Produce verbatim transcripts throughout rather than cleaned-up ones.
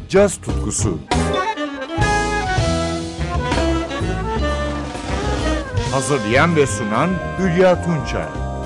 caz tutkusu. Hazırlayan ve sunan Hülya Tunçay.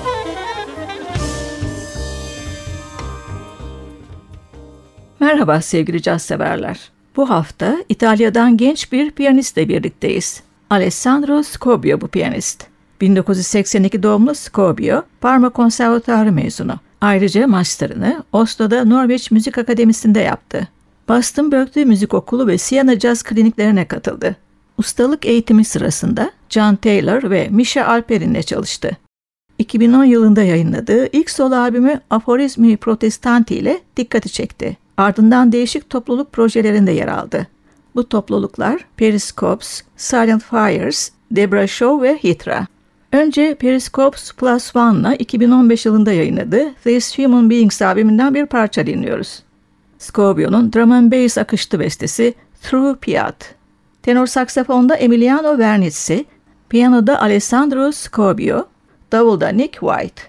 Merhaba sevgili caz severler. Bu hafta İtalya'dan genç bir piyanistle birlikteyiz. Alessandro Scobbio bu piyanist. bin dokuz yüz seksen iki doğumlu Scobbio, Parma Konservatuarı mezunu. Ayrıca master'ını Oslo'da Norveç Müzik Akademisi'nde yaptı. Boston Berkeley Müzik Okulu ve Siyana Caz kliniklerine katıldı. Ustalık eğitimi sırasında John Taylor ve Misha Alperin'le çalıştı. iki bin on yılında yayınladığı ilk solo albümü Aforizmi Protestanti ile dikkati çekti. Ardından değişik topluluk projelerinde yer aldı. Bu topluluklar Periscopes, Silent Fires, Debra Show ve Hitra. Önce Periscopes Plus One'la iki bin on beş yılında yayınladığı These Human Beings albümünden bir parça dinliyoruz. Scobbio'nun drum and bass akışlı bestesi Through Piat. Tenor saksafonda Emiliano Vernizzi, piyanoda Alessandro Scobbio, davulda Nick White.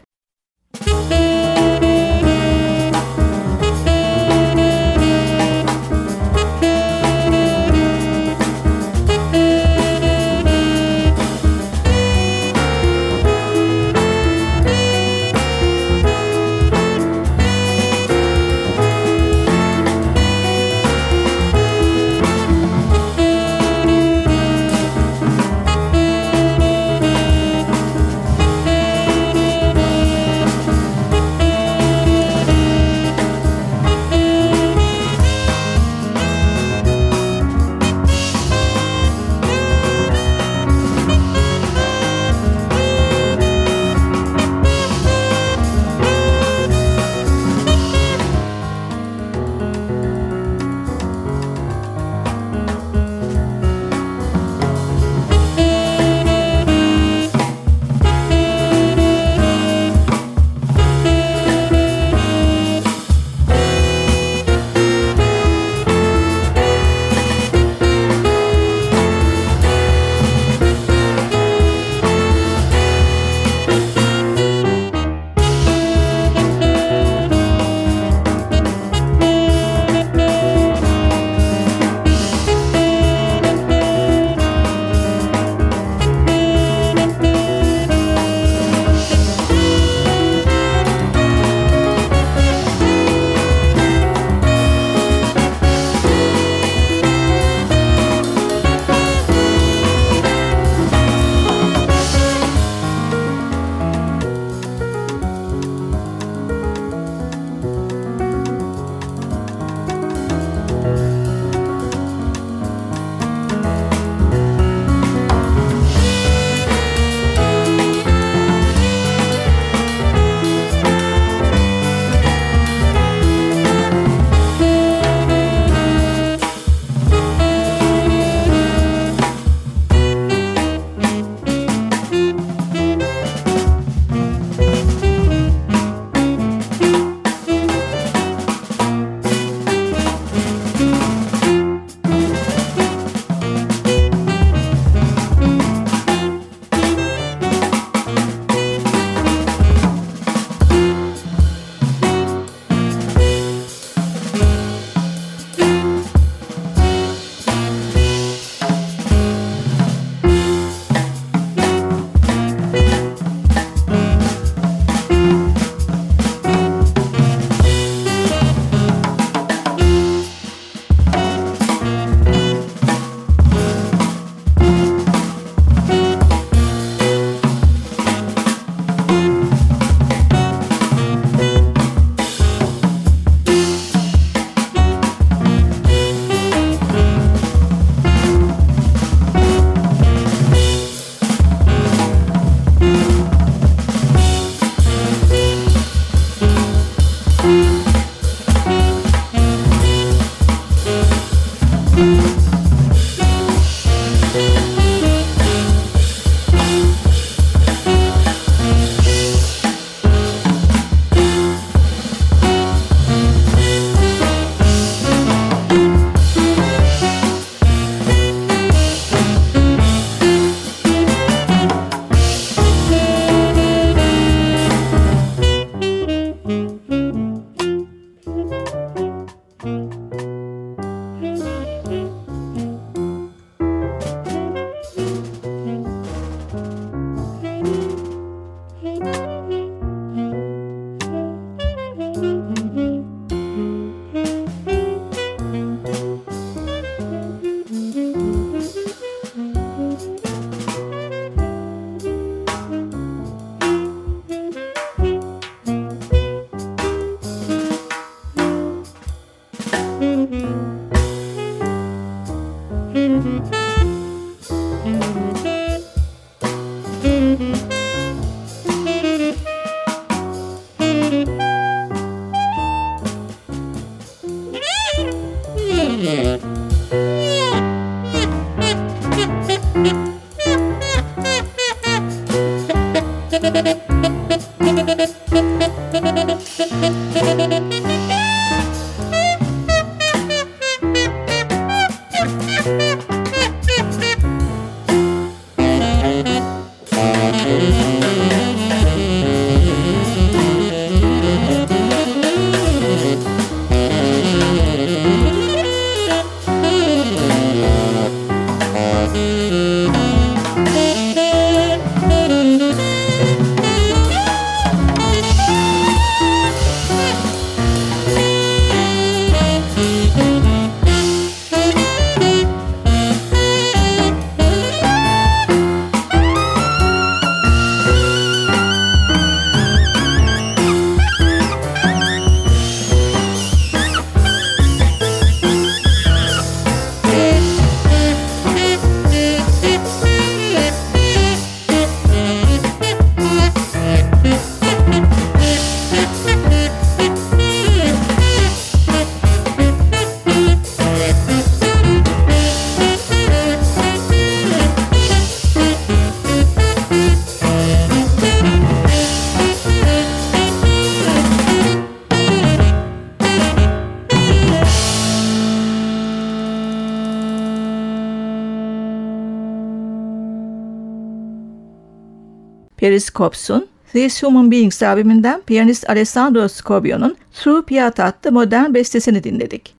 Periskops'un These Human Beings albümünden piyanist Alessandro Scobio'nun Through Piata adlı modern bestesini dinledik.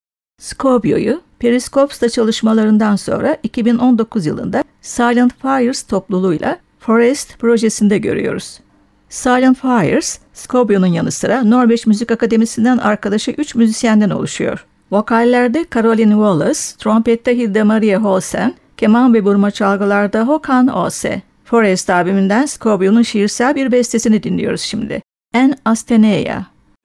Scobio'yu Periskops'ta çalışmalarından sonra iki bin on dokuz yılında Silent Fires topluluğuyla Forest projesinde görüyoruz. Silent Fires, Scobio'nun yanı sıra Norveç Müzik Akademisi'nden arkadaşı üç müzisyenden oluşuyor. Vokallerde Caroline Wallace, trompette Hilde Maria Holsen, keman ve burma çalgılarda Håkan Åse. Forest albümünden Scobio'nun şiirsel bir bestesini dinliyoruz şimdi. En Asteneia.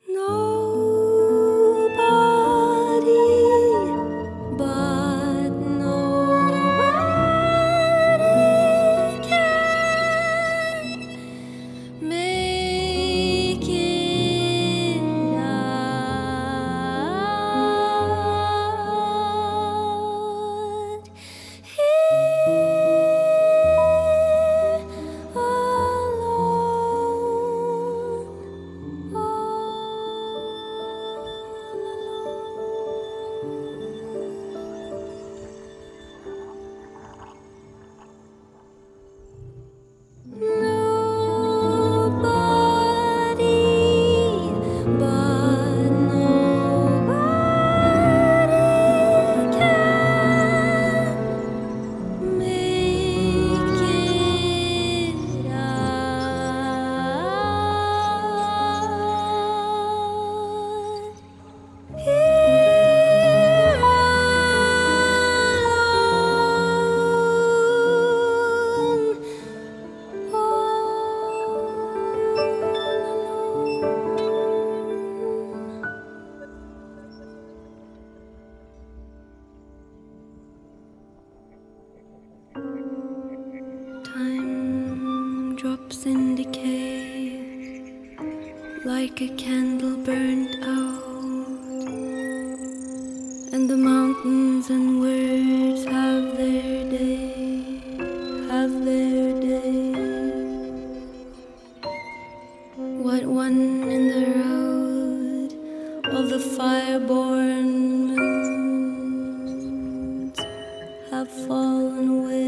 Drops in decay, like a candle burned out, and the mountains and words have their day, have their day. What one in the road of the fire-born moons have fallen away.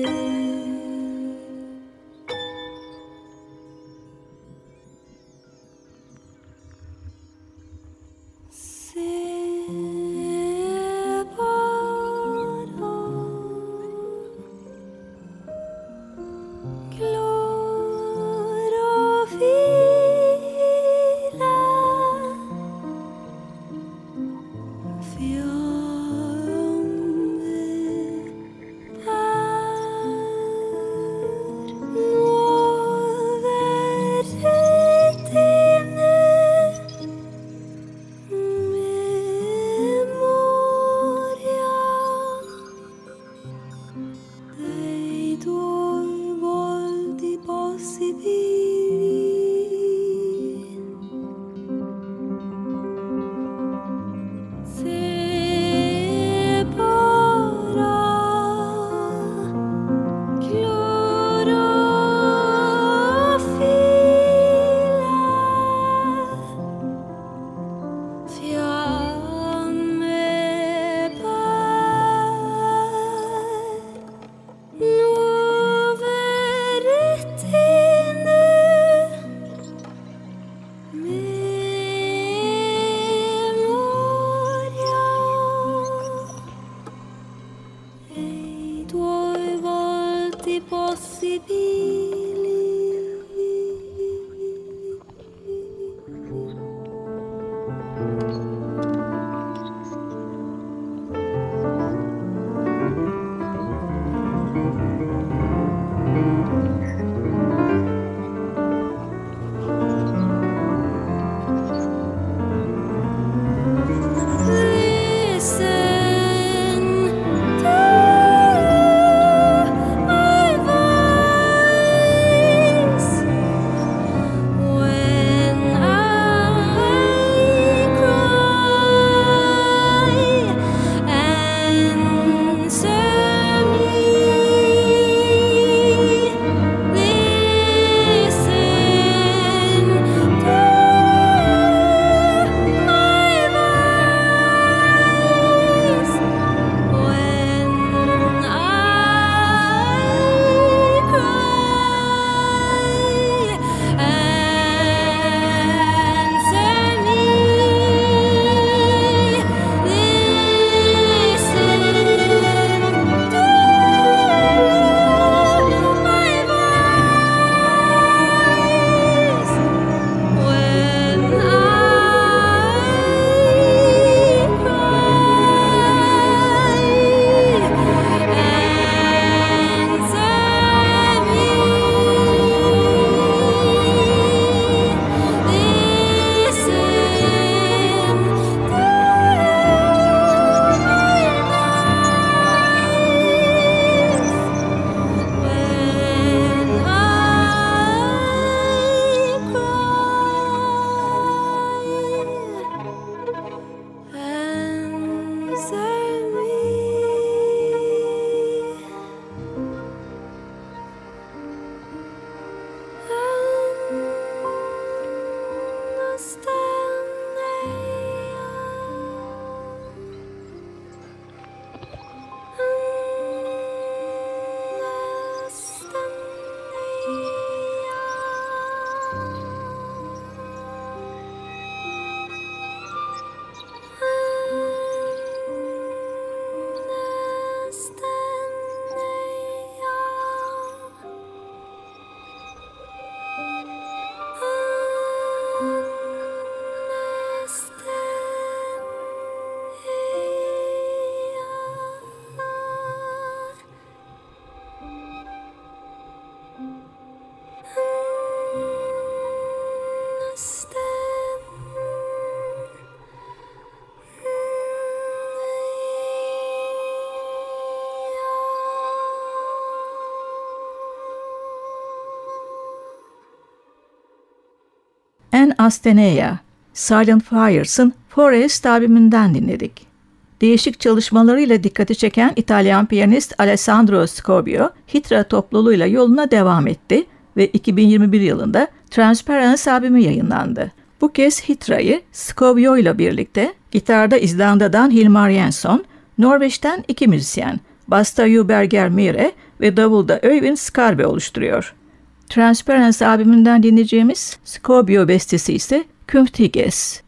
Astenea, Silent Fires'ın Forest albümünden dinledik. Değişik çalışmalarıyla dikkati çeken İtalyan piyanist Alessandro Scobbio, Hitra topluluğuyla yoluna devam etti ve iki bin yirmi bir yılında Transparence albümü yayınlandı. Bu kez Hitra'yı Scobbio ile birlikte gitarda İzlanda'dan Hilmar Jensson, Norveç'ten iki müzisyen, basta Juberger Mire ve davulda Öyvind Skarbe oluşturuyor. Transparence albümünden dinleyeceğimiz Scobbio bestesi ise Künftiges.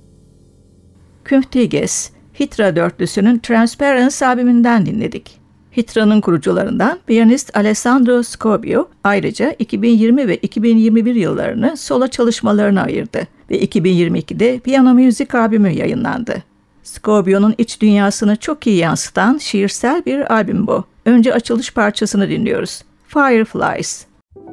Künftiges, Hitra dörtlüsünün Transparence albümünden dinledik. Hitra'nın kurucularından piyanist Alessandro Scobbio ayrıca iki bin yirmi ve iki bin yirmi bir yıllarını solo çalışmalarına ayırdı ve iki bin yirmi ikide Piano Music albümü yayınlandı. Scobbio'nun iç dünyasını çok iyi yansıtan şiirsel bir albüm bu. Önce açılış parçasını dinliyoruz. Fireflies.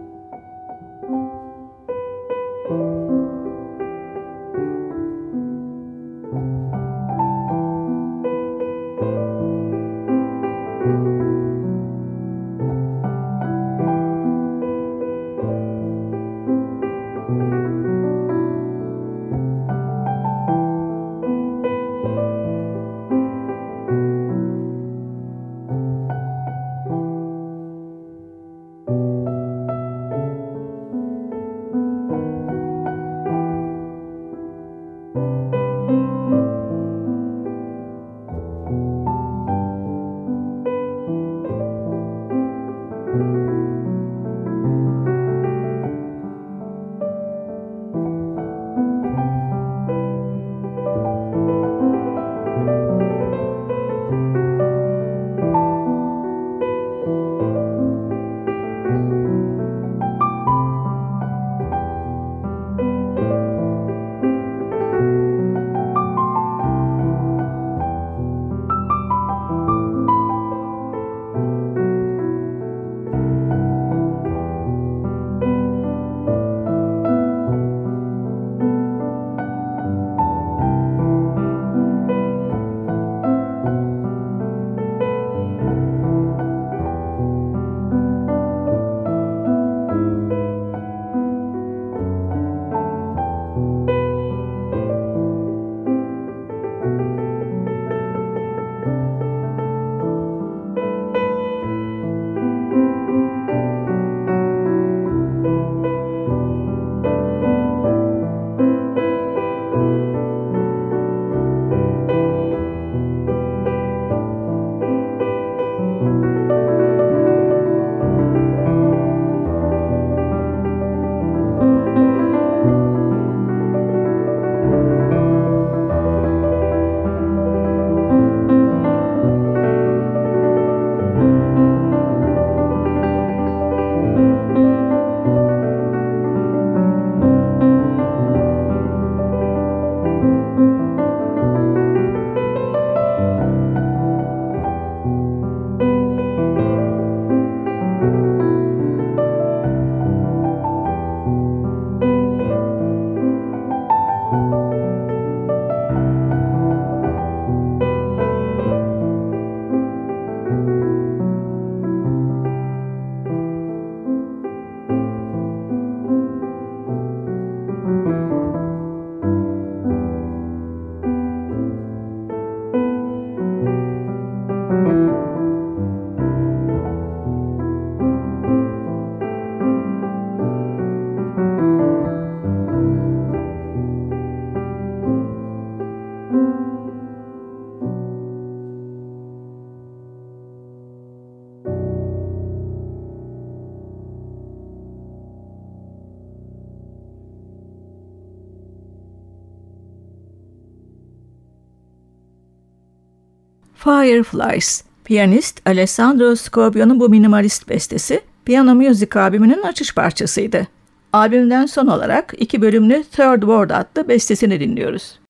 Fireflies, piyanist Alessandro Scobbio'nun bu minimalist bestesi, Piano Music albümünün açış parçasıydı. Albümden son olarak iki bölümlü Third Word adlı bestesini dinliyoruz.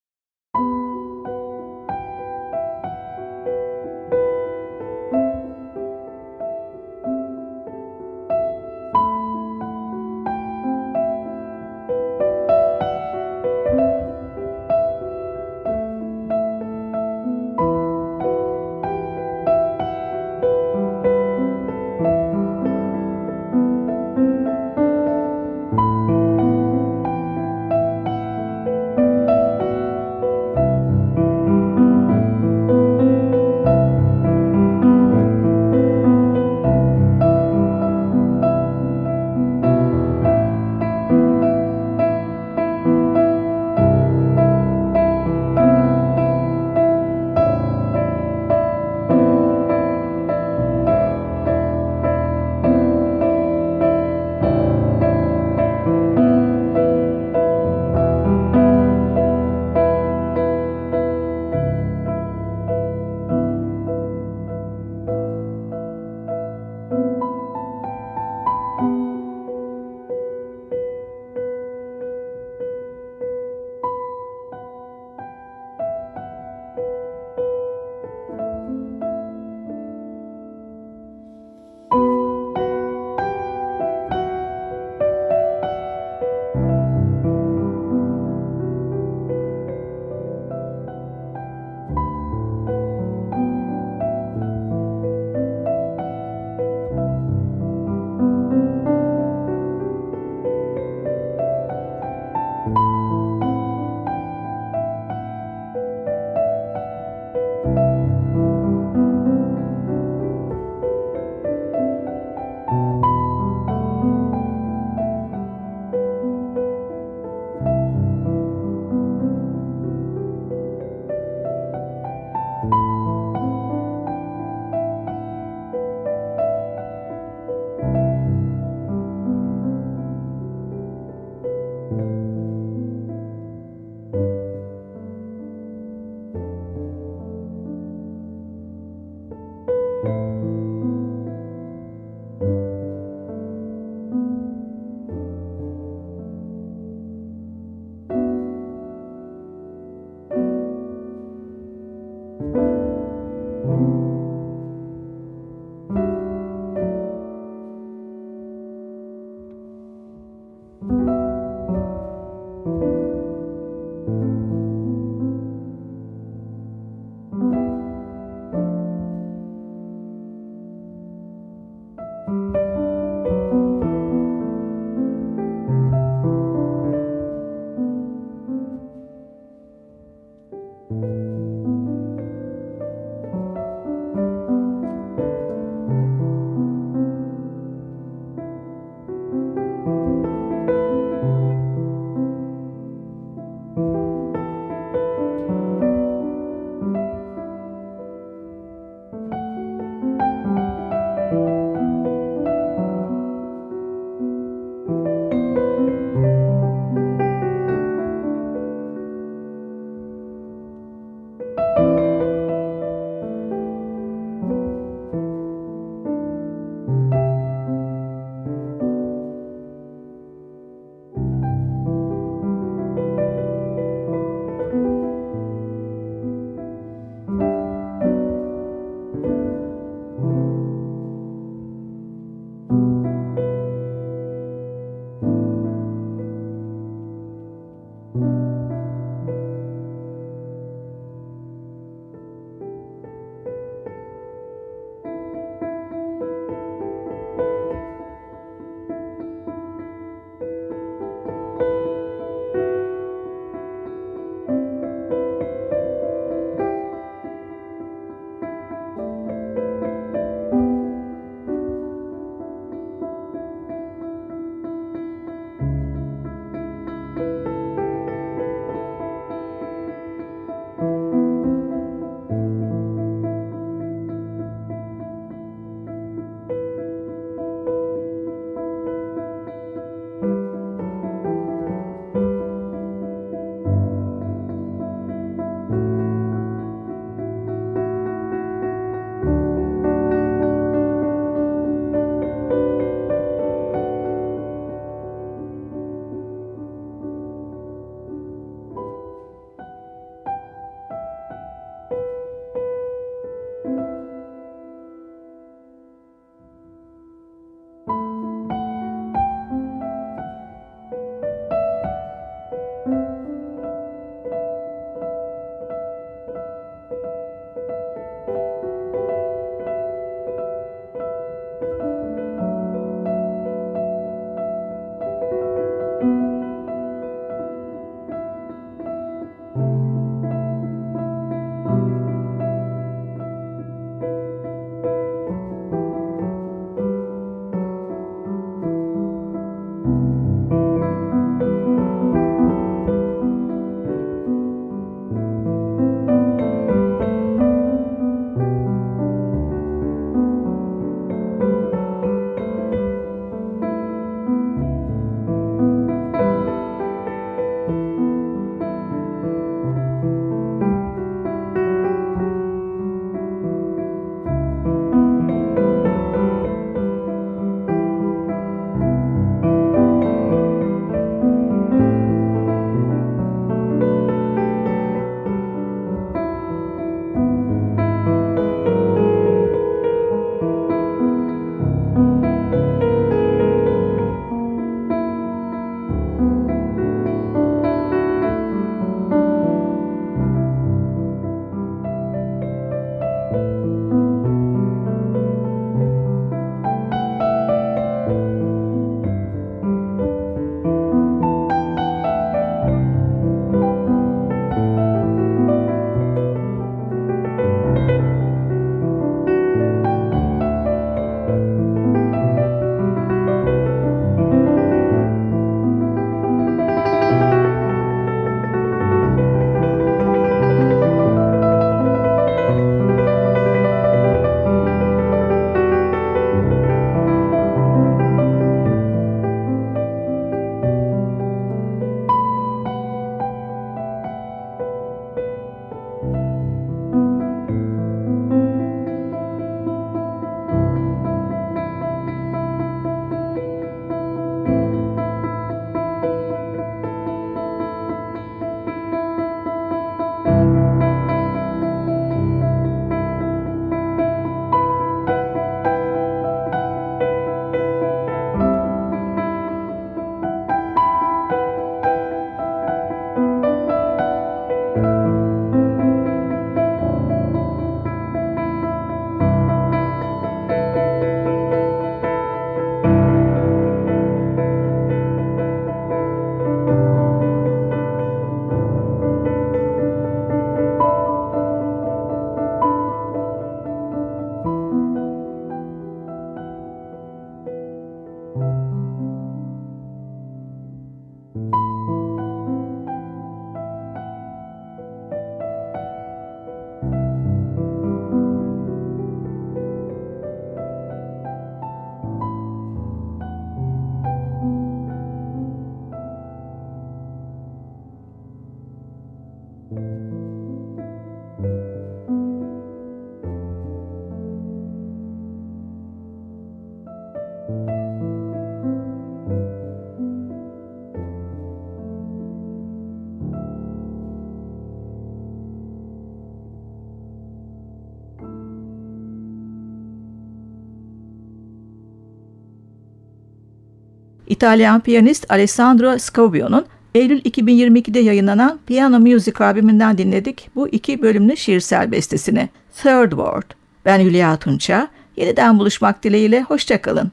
İtalyan piyanist Alessandro Scobbio'nun Eylül iki bin yirmi ikide yayınlanan Piano Music albümünden dinledik bu iki bölümlü şiirsel bestesini. Third Word. Ben Hülya Tunça. Yeniden buluşmak dileğiyle hoşça kalın.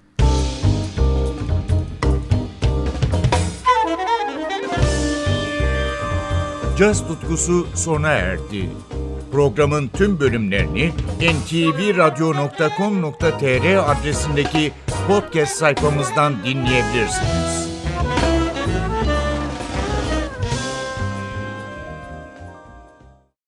Caz tutkusu sona erdi. Programın tüm bölümlerini en te ve radyo nokta com nokta te er adresindeki podcast sayfamızdan dinleyebilirsiniz.